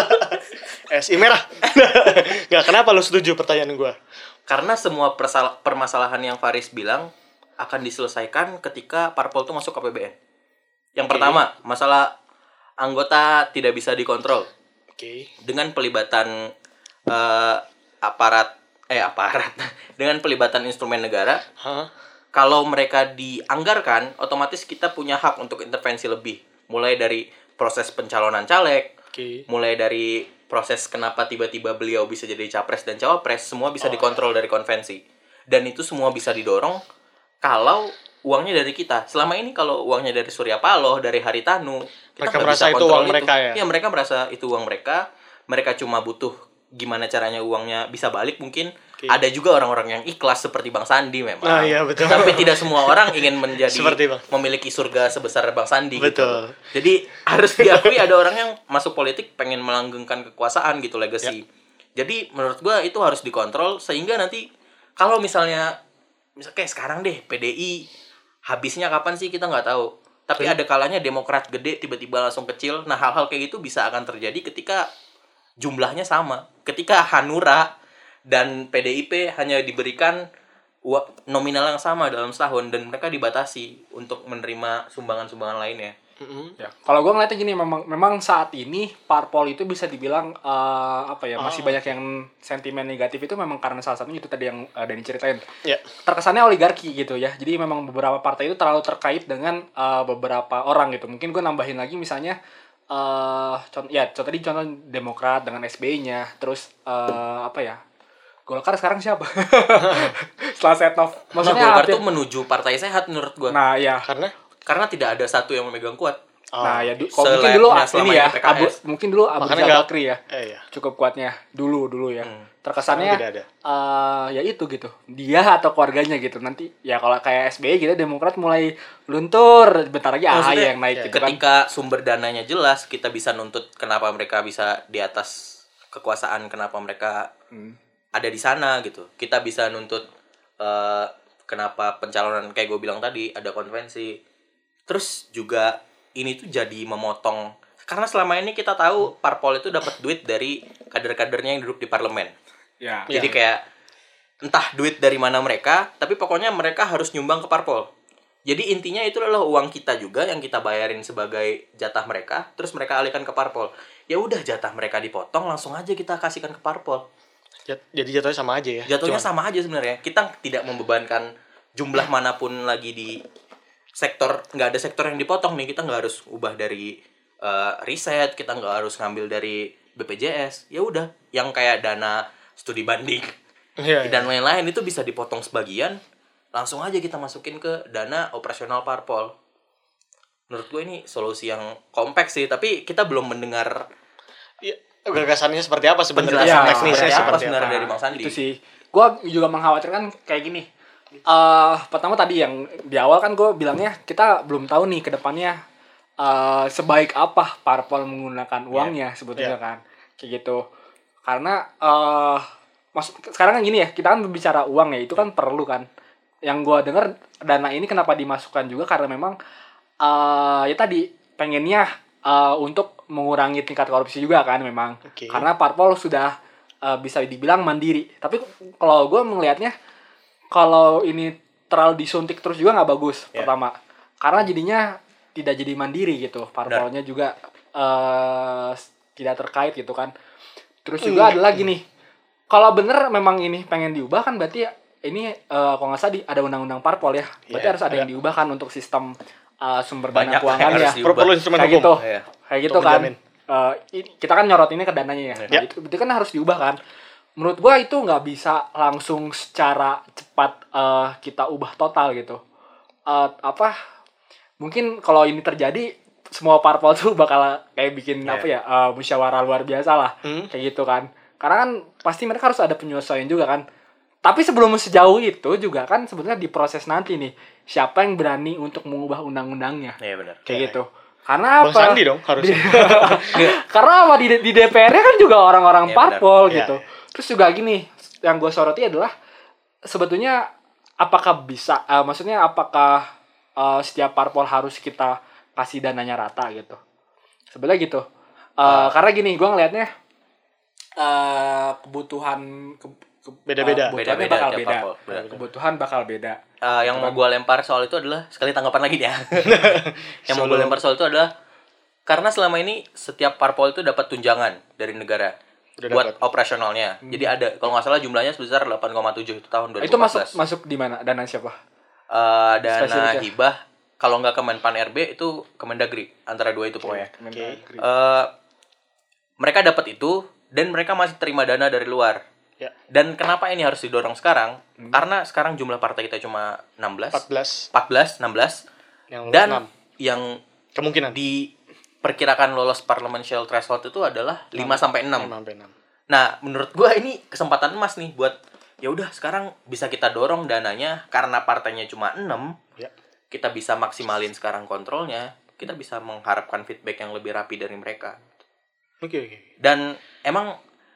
S I merah. Enggak, kenapa lu setuju pertanyaan gua? Karena semua persal- permasalahan yang Faris bilang akan diselesaikan ketika parpol tuh masuk K P B N. Yang Oke. pertama, masalah anggota tidak bisa dikontrol Oke. dengan pelibatan eh, aparat eh aparat dengan pelibatan instrumen negara. Hah? Kalau mereka dianggarkan, otomatis kita punya hak untuk intervensi lebih. Mulai dari proses pencalonan caleg, Oke. mulai dari proses kenapa tiba-tiba beliau bisa jadi capres dan cawapres, semua bisa Oh. dikontrol dari konvensi. Dan itu semua bisa didorong kalau uangnya dari kita. Selama ini kalau uangnya dari Surya Paloh, dari Haritanu, kita Mereka nggak merasa bisa itu kontrol uang mereka ya? Iya, mereka merasa itu uang mereka. Mereka cuma butuh gimana caranya uangnya bisa balik mungkin. Oke. Ada juga orang-orang yang ikhlas seperti Bang Sandi memang. Nah, iya, betul. Tapi tidak semua orang ingin menjadi Seperti Bang. memiliki surga sebesar Bang Sandi Betul. gitu. Jadi harus diakui ada orang yang masuk politik pengen melanggengkan kekuasaan gitu, legacy. Ya. Jadi menurut gua itu harus dikontrol sehingga nanti kalau misalnya misal kayak sekarang deh P D I habisnya kapan sih kita nggak tahu. Tapi ada kalanya Demokrat gede tiba-tiba langsung kecil. Nah, hal-hal kayak gitu bisa akan terjadi ketika jumlahnya sama. Ketika Hanura dan P D I P hanya diberikan wa- nominal yang sama dalam setahun dan mereka dibatasi untuk menerima sumbangan-sumbangan lainnya. Mm-mm. Ya, kalau gue ngeliatnya gini, memang memang saat ini parpol itu bisa dibilang eh, apa ya, masih Oh. banyak yang sentimen negatif itu memang karena salah satunya itu tadi yang uh, Dani ceritain. Ya. Terkesannya oligarki gitu ya. Jadi memang beberapa partai itu terlalu terkait dengan eh, beberapa orang gitu. Mungkin gue nambahin lagi misalnya eh contoh ya, contoh tadi contoh Demokrat dengan S B Y-nya, terus eh, apa ya? Golkar sekarang siapa? Setelah Setnov. Nah, Maksudnya Golkar apa? tuh menuju partai sehat menurut gua. Nah, ya. Karena Karena tidak ada satu yang memegang kuat. oh. Nah, ya du- kalau mungkin dulu Selayaknya ah, selama ini ya, ini P K S. Abu, mungkin dulu Abu Makanya Rizal nggak- Bakri ya. Eh ya. Cukup kuatnya dulu dulu ya. Hmm. Terkesannya Sekarang tidak ada. eh, ya itu gitu. Dia atau keluarganya gitu. Nanti ya kalau kayak S B Y gitu Demokrat mulai luntur, bentar lagi A H Y Maksudnya, yang naik ya, gitu kan. Ketika sumber dananya jelas, kita bisa nuntut kenapa mereka bisa di atas kekuasaan, kenapa mereka Hmm. ada di sana gitu. Kita bisa nuntut eh, kenapa pencalonan kayak gue bilang tadi ada konvensi. Terus juga ini tuh jadi memotong, karena selama ini kita tahu parpol itu dapat duit dari kader-kadernya yang duduk di parlemen. Ya. Jadi kayak entah duit dari mana mereka, tapi pokoknya mereka harus nyumbang ke parpol. Jadi intinya itu adalah uang kita juga yang kita bayarin sebagai jatah mereka, terus mereka alihkan ke parpol. Ya udah, jatah mereka dipotong, langsung aja kita kasihkan ke parpol. Jat- Jadi jatuhnya sama aja ya. Jatuhnya Cuman- sama aja sebenarnya. Kita tidak membebankan jumlah manapun lagi di sektor, nggak ada sektor yang dipotong nih. Kita nggak harus ubah dari eh, riset, kita nggak harus ngambil dari B P J S. Ya udah, yang kayak dana studi banding Iya, iya. dan lain-lain itu bisa dipotong sebagian, langsung aja kita masukin ke dana operasional parpol. Menurut gue ini solusi yang kompleks sih, tapi kita belum mendengar Iya, gagasannya seperti apa sebenarnya? penjelasan Ya, teknisnya seperti apa seperti sebenarnya apa? dari Bang Sandi. Itu sih. Gue juga mengkhawatirkan kayak gini. Eh pertama tadi yang di awal kan gue bilangnya kita belum tahu nih ke depannya eh sebaik apa parpol menggunakan uangnya sebetulnya Yeah. kan. Kayak gitu. Karena eh mas sekarang kan gini ya, kita kan berbicara uang ya, itu kan perlu kan. Yang gue dengar dana ini kenapa dimasukkan juga karena memang eh ya tadi pengennya eh, untuk mengurangi tingkat korupsi juga kan memang. Oke. Karena parpol sudah eh, bisa dibilang mandiri. Tapi kalau gue melihatnya kalau ini terlalu disuntik terus juga nggak bagus. Ya. Pertama, karena jadinya tidak jadi mandiri gitu. Parpolnya juga eh, tidak terkait gitu kan. Terus juga ada lagi nih. Kalau bener memang ini pengen diubah kan berarti ini eh, kalau nggak salah di- ada undang-undang parpol ya. Berarti Ya, harus ada ya. yang diubah kan untuk sistem eh, sumber Banyak dana yang keuangannya. harus diubah. Perlu instrumen Kayak hukum. gitu. Iya. Kayak gitu Untuk kan. menjamin. Eh, i- kita kan nyorot ini ke dananya ya. Nah, Ya. itu, itu kan harus diubah kan. Menurut gua itu nggak bisa langsung secara cepat eh, kita ubah total gitu. Eh, apa? Mungkin kalau ini terjadi semua parpol tuh bakal kayak bikin Yeah. apa ya uh, musyawarah luar biasa lah Hmm. kayak gitu kan, karena kan pasti mereka harus ada penyesuaian juga kan. Tapi sebelum sejauh itu juga kan sebenarnya di proses nanti nih siapa yang berani untuk mengubah undang-undangnya Iya benar. kayak Ya, gitu. Karena Bang apa? Sandi dong harusnya. Karena apa di di D P R-nya kan juga orang-orang Iya, parpol benar. gitu. Iya, Terus juga gini, yang gue soroti adalah sebetulnya apakah bisa, uh, maksudnya apakah uh, setiap parpol harus kita kasih dananya rata gitu. Sebenarnya gitu. Uh, Karena gini, gue ngelihatnya uh, kebutuhan ke, ke- Beda-beda. uh, kebutuhannya Beda-beda bakal tiap beda. parpol. Benar. Kebutuhan bakal beda. Eh, yang mau gue lempar soal itu adalah sekali tanggapan lagi nih ya. Yang mau gue Solo. lempar soal itu adalah karena selama ini setiap parpol itu dapat tunjangan dari negara Udah buat dapat. operasionalnya. Jadi ada kalau nggak salah jumlahnya sebesar delapan koma tujuh itu tahun dua ribu Itu empat masuk belas. masuk di mana? Dana siapa? Eh, dana Spesifiknya. hibah kalau nggak Kemenpan R B itu Kemendagri, antara dua itu pokoknya. Kemendagri. Eh, mereka dapat itu dan mereka masih terima dana dari luar. Ya. Dan kenapa ini harus didorong sekarang? Karena sekarang jumlah partai kita cuma enam belas, empat belas empat belas, enam belas yang dan enam. yang Kemungkinan diperkirakan lolos parliamentary threshold itu adalah lima sampai enam. lima sampai enam. Nah, menurut gua ini kesempatan emas nih buat ya udah sekarang bisa kita dorong dananya karena partainya cuma enam. Ya. Kita bisa maksimalin sekarang kontrolnya, kita bisa mengharapkan feedback yang lebih rapi dari mereka. Oke, oke. Dan emang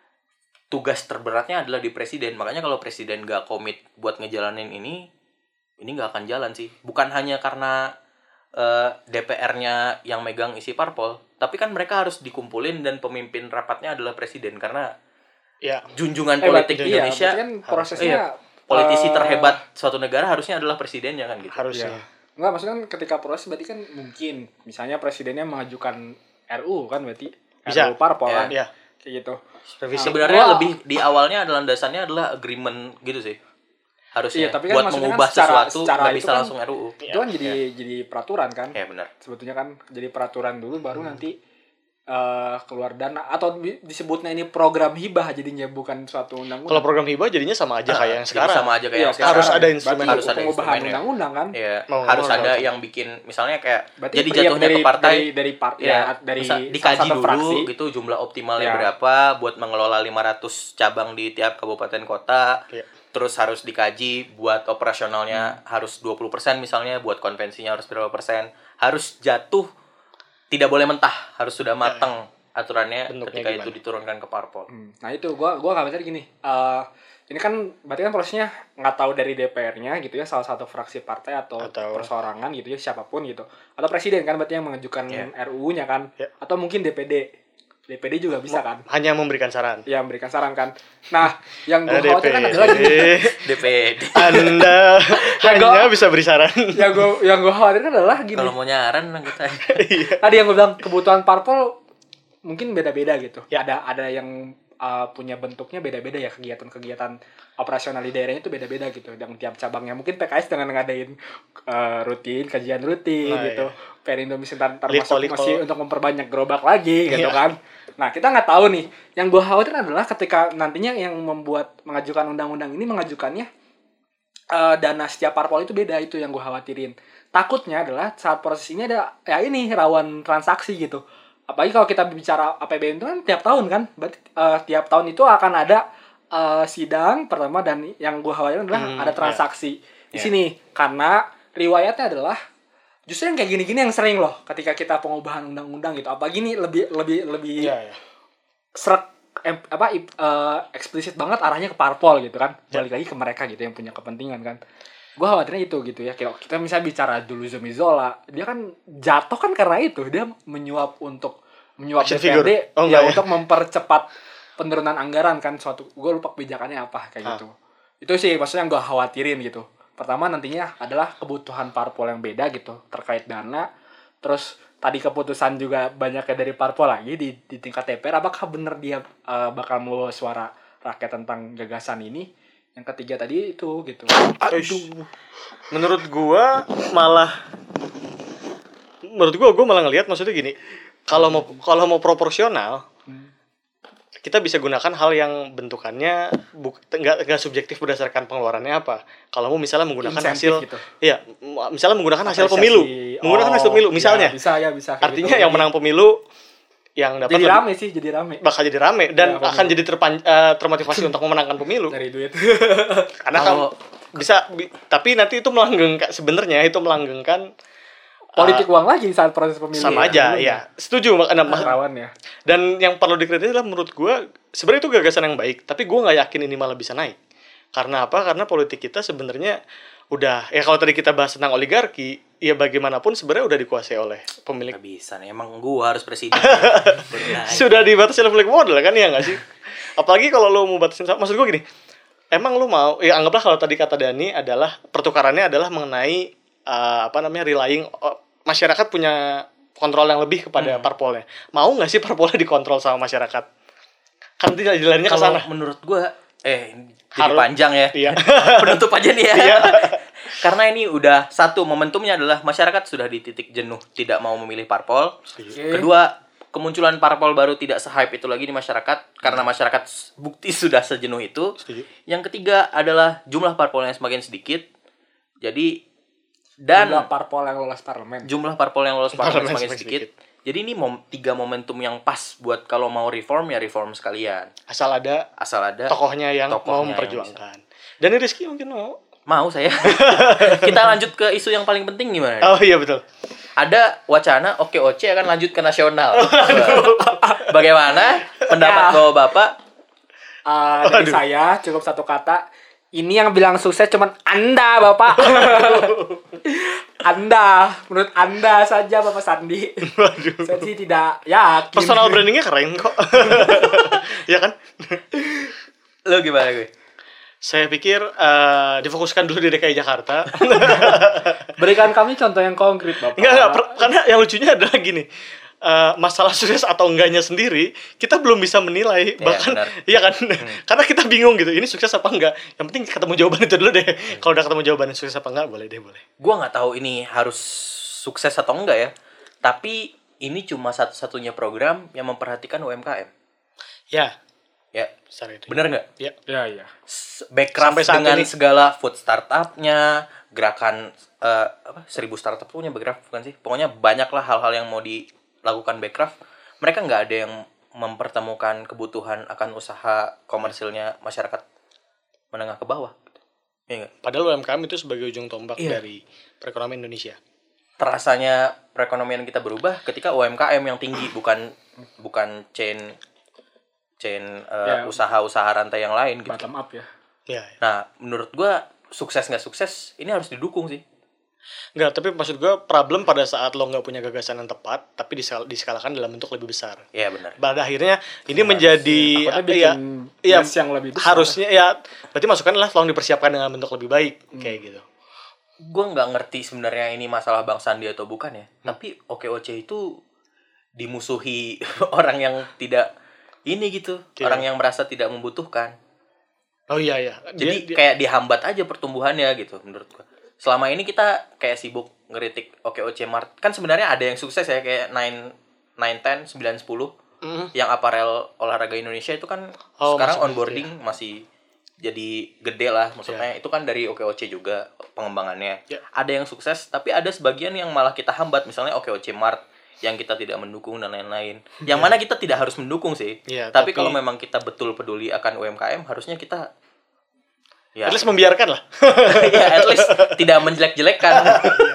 tugas terberatnya adalah di presiden. Makanya kalau presiden gak komit buat ngejalanin ini, ini gak akan jalan sih. Bukan hanya karena eh, D P R-nya yang megang isi parpol, tapi kan mereka harus dikumpulin dan pemimpin rapatnya adalah presiden. Karena Ya, junjungan Eh, politik berarti- iya, Indonesia, berarti kan prosesnya iya, politisi eh, terhebat suatu negara harusnya adalah presidennya kan gitu. harusnya. Iya. Enggak, maksudnya kan ketika proses berarti kan mungkin misalnya presidennya mengajukan R U kan berarti Bisa. R U parpol Iya. kan. Ya, Kayak gitu. revisi. Sebenarnya Gua- lebih di awalnya adalah landasannya adalah agreement gitu sih. Harusnya Iya, tapi kan buat maksudnya mengubah kan secara- sesuatu secara nggak itu bisa kan- langsung R U U. Itu kan jadi jadi peraturan kan. Ya benar. Sebetulnya kan jadi peraturan dulu baru nanti eh, keluar dana atau di- disebutnya ini program hibah jadinya bukan suatu Kalau undang-undang. program hibah jadinya sama aja kayak yang Jadi sekarang. sama aja kayak Iya, yang sekarang. harus ada Berarti instrumen. Harus ada pengubahan instrumennya. undang-undang kan. Iya, Mau harus ngomong ada sama. yang bikin misalnya kayak Berarti jadi iya, jatuhnya dari, ke partai dari dari part ya, ya, dari bisa salah dikaji satu dulu fraksi. gitu jumlah optimalnya Ya. berapa buat mengelola lima ratus cabang di tiap kabupaten kota. Iya. Terus harus dikaji buat operasionalnya Hmm. harus dua puluh persen misalnya, buat konvensinya harus berapa persen. Harus jatuh tidak boleh mentah, harus sudah matang aturannya Bentuknya ketika gimana? itu diturunkan ke parpol. Hmm, Nah itu gua gua nggak gini. eh ini kan berarti kan prosesnya nggak tahu dari D P R-nya gitu ya, salah satu fraksi partai atau, Atau- perseorangan gitu ya, siapapun gitu, atau presiden kan berarti yang mengajukan Iya. R U U-nya kan, Iya. atau mungkin D P D. D P D juga bisa kan, Hanya memberikan saran. ya memberikan saran kan. Nah yang gue Ada khawatir kan adalah gini, D P D. Anda hanya bisa beri saran. yang gue yang gue khawatirkan adalah gini. Kalau mau nyaran anggota. Tadi yang gue bilang kebutuhan parpol mungkin beda-beda gitu. Ya. Ada ada yang uh, punya bentuknya beda-beda ya, kegiatan-kegiatan operasional di daerahnya itu beda-beda gitu. Dan tiap cabangnya mungkin P K S dengan ngadain uh, rutin kajian rutin Nah, gitu. iya. Perindo misalnya ntar Litko, masuk litko. masih untuk memperbanyak gerobak lagi gitu Iya. kan. Nah kita nggak tahu nih. Yang gue khawatir adalah ketika nantinya yang membuat mengajukan undang-undang ini mengajukannya uh, dana setiap parpol itu beda, itu yang gue khawatirin. Takutnya adalah saat proses ini ada ya ini rawan transaksi gitu. Apalagi kalau kita bicara A P B N itu kan tiap tahun kan, berarti uh, tiap tahun itu akan ada uh, sidang pertama dan yang gue khawatirin adalah Hmm, ada transaksi di Ya. sini karena riwayatnya adalah justru yang kayak gini-gini yang sering loh ketika kita pengubahan undang-undang gitu. Apa gini lebih lebih lebih Iya, iya. serak em, apa ip- eh, eksplisit banget arahnya ke parpol gitu kan, Ya. balik lagi ke mereka gitu yang punya kepentingan kan. Gue khawatirnya itu gitu ya, kayak kita misalnya bicara dulu Zumi Zola, dia kan jatuh kan karena itu dia menyuap untuk menyuap Action D P R D figure. Oh, ya enggak ya? untuk mempercepat penurunan anggaran kan suatu, gue lupa kebijakannya apa kayak Ah. gitu. Itu sih maksudnya yang gue khawatirin gitu. Pertama nantinya adalah kebutuhan parpol yang beda gitu terkait dana, terus tadi keputusan juga banyaknya dari parpol lagi di, di tingkat D P R, apakah benar dia uh, bakal membawa suara rakyat tentang gagasan ini. Yang ketiga tadi itu gitu. Aduh. Menurut gua malah menurut gua gua malah ngelihat maksudnya gini, kalau mau kalau mau proporsional kita bisa gunakan hal yang bentukannya buk, nggak nggak subjektif berdasarkan pengeluarannya apa. Kalau mau misalnya menggunakan Insentif hasil, gitu. iya, m- misalnya menggunakan hasil Apresiasi. pemilu, menggunakan hasil Oh, pemilu, misalnya. ya, bisa ya bisa. Kayak Artinya gitu. yang menang pemilu yang dapat Jadi lebih- rame sih, jadi rame. bakal jadi rame dan Ya, akan pemilu. jadi terpan, eh, termotivasi untuk memenangkan pemilu. Dari duit. Karena Kalau- kamu bisa bi- tapi nanti itu melanggengkan sebenarnya itu melanggengkan Politik eh, uang lagi saat proses pemilu. sama aja ya. Setuju Mak- nah, mas- Rawan ya. dan yang perlu dikritik adalah menurut gue sebenarnya itu gagasan yang baik, tapi gue nggak yakin ini malah bisa naik. Karena apa? Karena politik kita sebenarnya udah ya kalau tadi kita bahas tentang oligarki, ya bagaimanapun sebenarnya udah dikuasai oleh pemilik. Nggak bisa nih, emang gua harus presiden. Benar. Sudah dibatasi oleh pemilik modal kan ya nggak sih? Apalagi kalau lo mau batasin, maksud gue gini, emang lo mau ya anggaplah kalau tadi kata Dani adalah pertukarannya adalah mengenai eh, apa namanya relying oh, masyarakat punya kontrol yang lebih kepada parpolnya. Mau nggak sih parpolnya dikontrol sama masyarakat? Kan nanti jalannya ke sana. Kalau menurut gua eh jadi Harus- panjang ya. Iya. Penutup aja nih ya. Iya. Karena ini udah satu momentumnya adalah masyarakat sudah di titik jenuh tidak mau memilih parpol. Oke. Kedua, kemunculan parpol baru tidak se-hype itu lagi di masyarakat karena masyarakat s- bukti sudah sejenuh itu. Setuju. Yang ketiga adalah jumlah parpolnya semakin sedikit. Jadi dan Jumlah parpol yang lolos parlemen. jumlah parpol yang lolos parlemen Parlemen semakin semakin sedikit. Jadi ini mom, tiga momentum yang pas buat kalau mau reform ya reform sekalian. Asal ada Asal ada tokohnya yang tokohnya mau yang memperjuangkan. Dan ini Rizky mungkin mau. mau saya. Kita lanjut ke isu yang paling penting gimana? Oh iya betul. Ada wacana Oke Oce akan lanjut ke nasional. Bagaimana pendapat Ya. Bapak-bapak? Ah, dari Aduh. saya cukup satu kata. Ini yang bilang sukses cuman Anda, Bapak. Anda, menurut Anda saja, Bapak Sandi. Waduh. Saya sih tidak yakin. Personal brandingnya keren kok. Iya kan? Lo gimana gue? Saya pikir eh, difokuskan dulu di D K I Jakarta. Berikan kami contoh yang konkret, Bapak. Enggak, enggak, per- karena yang lucunya adalah gini. eh, masalah sukses atau enggaknya sendiri kita belum bisa menilai, Iya, bahkan benar. iya kan. Karena kita bingung gitu, ini sukses apa enggak. Yang penting ketemu jawaban itu dulu deh. Kalau udah ketemu jawabannya sukses apa enggak, boleh deh, boleh. Gua nggak tahu ini harus sukses atau enggak ya. Tapi ini cuma satu-satunya program yang memperhatikan U M K M. Ya, Ya, besar itu. bener nggak? Ya. Ya, ya. S- Backcraft Sampai saat dengan ini. segala food startupnya, gerakan eh, apa seribu startup punya Backcraft bukan sih? Pokoknya banyak lah hal-hal yang mau dilakukan Backcraft. Mereka nggak ada yang mempertemukan kebutuhan akan usaha komersilnya masyarakat menengah ke bawah. Iya nggak? Padahal U M K M itu sebagai ujung tombak Iya. dari perekonomian Indonesia. Terasanya perekonomian kita berubah ketika U M K M yang tinggi, bukan bukan chain chain eh, Ya. usaha-usaha rantai yang lain gitu. Bottom up ya. Ya, Nah, menurut gua sukses nggak sukses ini harus didukung sih. enggak, tapi maksud gue problem pada saat lo nggak punya gagasan yang tepat, tapi diskal- diskalakan dalam bentuk lebih besar. Iya benar. Pada akhirnya ini menjadi Takutnya apa bikin ya? Iya, mess yang lebih besar. harusnya ya. Berarti masukan adalah tolong dipersiapkan dengan bentuk lebih baik kayak gitu. Gue nggak ngerti sebenarnya ini masalah Bang Sandi atau bukan ya. Tapi O K O C itu dimusuhi orang yang tidak ini gitu, Iya. orang yang merasa tidak membutuhkan. Oh iya ya. Jadi Dia- dia- kayak dihambat aja pertumbuhannya gitu menurut gue. Selama ini kita kayak sibuk ngeritik O K O C Mart. Kan sebenarnya ada yang sukses ya kayak nine, nine, ten, sembilan, sepuluh. Mm. Yang aparel olahraga Indonesia itu kan Oh, sekarang masuk, onboarding masih jadi gede lah, maksudnya itu kan dari O K O C juga pengembangannya. Ya. Ada yang sukses tapi ada sebagian yang malah kita hambat, misalnya O K O C Mart yang kita tidak mendukung dan lain-lain. Yang mana kita tidak harus mendukung sih. Ya, tapi, tapi- kalau memang kita betul peduli akan U M K M, harusnya kita ya At least membiarkan lah. ya at least tidak menjelek-jelekan.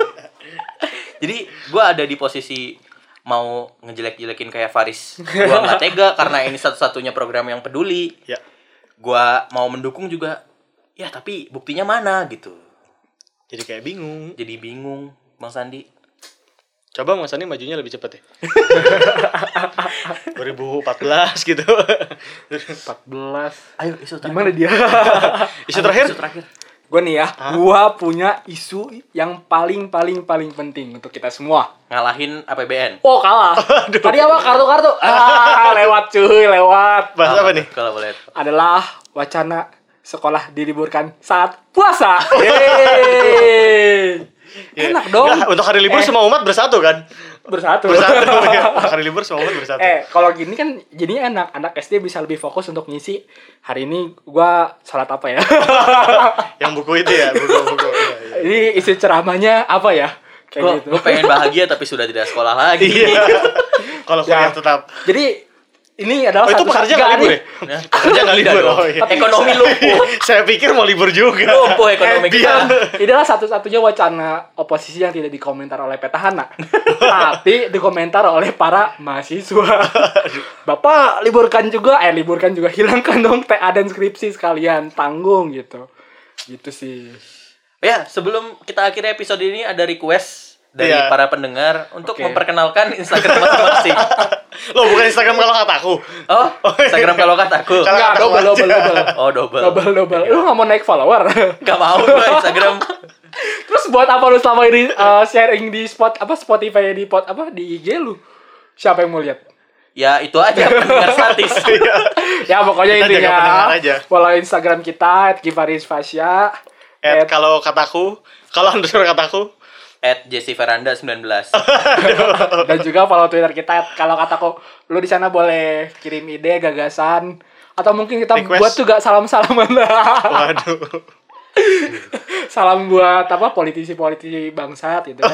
Jadi gue ada di posisi mau ngejelek-jelekin kayak Faris. Gue nggak tega karena ini satu-satunya program yang peduli. Ya. Gue mau mendukung juga. Ya tapi buktinya mana gitu. Jadi kayak bingung. Jadi bingung Bang Sandi. Coba Mas Ani majunya lebih cepat ya. dua ribu empat belas gitu. empat belas. Ayo isu terakhir. Gimana dia? Isu terakhir? Isu terakhir. Gue nih ya, gua punya isu yang paling paling paling penting untuk kita semua. Ngalahin A P B N. Oh kalah. Tadi apa kartu-kartu? Ah, lewat cuy, lewat. Bahas apa nih? Kalau boleh. Adalah wacana sekolah diliburkan saat puasa. Yeay. Ya. Enak dong. Nggak, untuk hari libur Eh. semua umat bersatu kan? Bersatu. Bersatu. Ya. Untuk hari libur semua umat bersatu. Eh, kalau gini kan jadinya enak. Anak S D bisa lebih fokus untuk ngisi. Hari ini gua sholat apa ya? Yang buku itu ya, buku-buku. Ya, ya. Ini isi ceramahnya apa ya? Gue Kayak gitu. pengen bahagia tapi sudah tidak sekolah lagi. Iya. Kalau kuliah Ya. tetap. Jadi ini adalah Oh, itu satu pekerja nggak, nggak libur ini- ya? Nah, Pekerja nggak tidak libur. dong. Oh, iya. Ekonomi lumpuh. Saya pikir mau libur juga. Lumpuh ekonomi Eh, kita. ini adalah satu-satunya wacana oposisi yang tidak dikomentar oleh petahana, tapi dikomentar oleh para mahasiswa. Bapak liburkan juga, eh liburkan juga, hilangkan dong T A dan skripsi sekalian, tanggung gitu. Gitu sih. Ya, sebelum kita akhiri episode ini ada request dari Iya. para pendengar untuk Oke. memperkenalkan Instagram masing-masing. Loh, bukan Instagram kalau kataku. Oh, Instagram kalau kataku. Kalau Enggak, kataku double, aja. double, double. Oh, double. Double, double. Lu gak mau naik follower? Gak mau gue Instagram. Terus buat apa lu selama ini uh, sharing di spot apa Spotify di pot apa di I G lu? Siapa yang mau lihat? Ya, itu aja pendengar statis. Ya pokoknya Kita jaga intinya pendengar aja. follow Instagram kita at Givaris Fasya. At At- kalau kataku, kalau underscore kataku. At Jesse Veranda sembilan belas. Dan juga follow Twitter kita at kalau kataku. Lu di sana boleh kirim ide, gagasan, atau mungkin kita Request. buat juga salam-salaman. Waduh. Salam buat apa politisi-politisi bangsat gitu kan.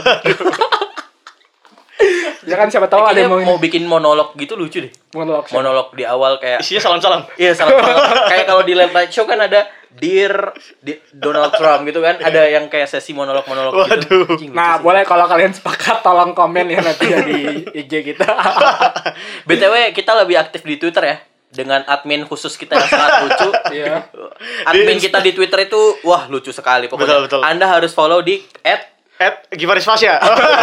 Ya kan siapa tahu ada Kayaknya yang mau, mau bikin monolog gitu lucu deh. monolog. Monolog di awal kayak Isinya salam-salam. iya salah kayak kalau di late night show kan ada Dear Di- Donald Trump gitu kan, ada yang kayak sesi monolog-monolog gitu. Waduh. Anjing, lucu Nah, sih. boleh kalau kalian sepakat tolong komen ya nanti ya di I G kita. B T W kita lebih aktif di Twitter ya, dengan admin khusus kita yang sangat lucu. Iya. Admin kita di Twitter itu wah lucu sekali pokoknya. Betul, betul. Anda harus follow di at At Givaris Fasya.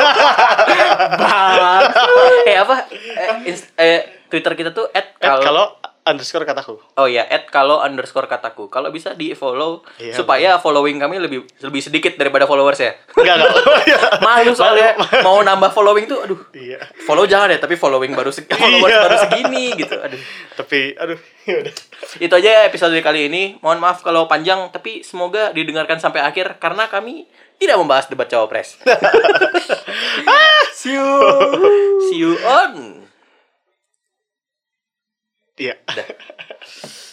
eh apa? Eh, ins- eh, Twitter kita tuh at At kalau kalau underscore kataku. oh ya at kalau underscore kataku. Kalau bisa di follow Iya, supaya following kami lebih lebih sedikit daripada followers ya. Enggak, enggak. Malu soalnya mau nambah following tuh aduh. Iya. Follow jangan ya, tapi following baru seg- followers Iya. baru segini gitu. Aduh. Tapi aduh, ya udah. Itu aja ya episode kali ini. Mohon maaf kalau panjang, tapi semoga didengarkan sampai akhir karena kami tidak membahas debat cawapres. See you. See you on. Iya.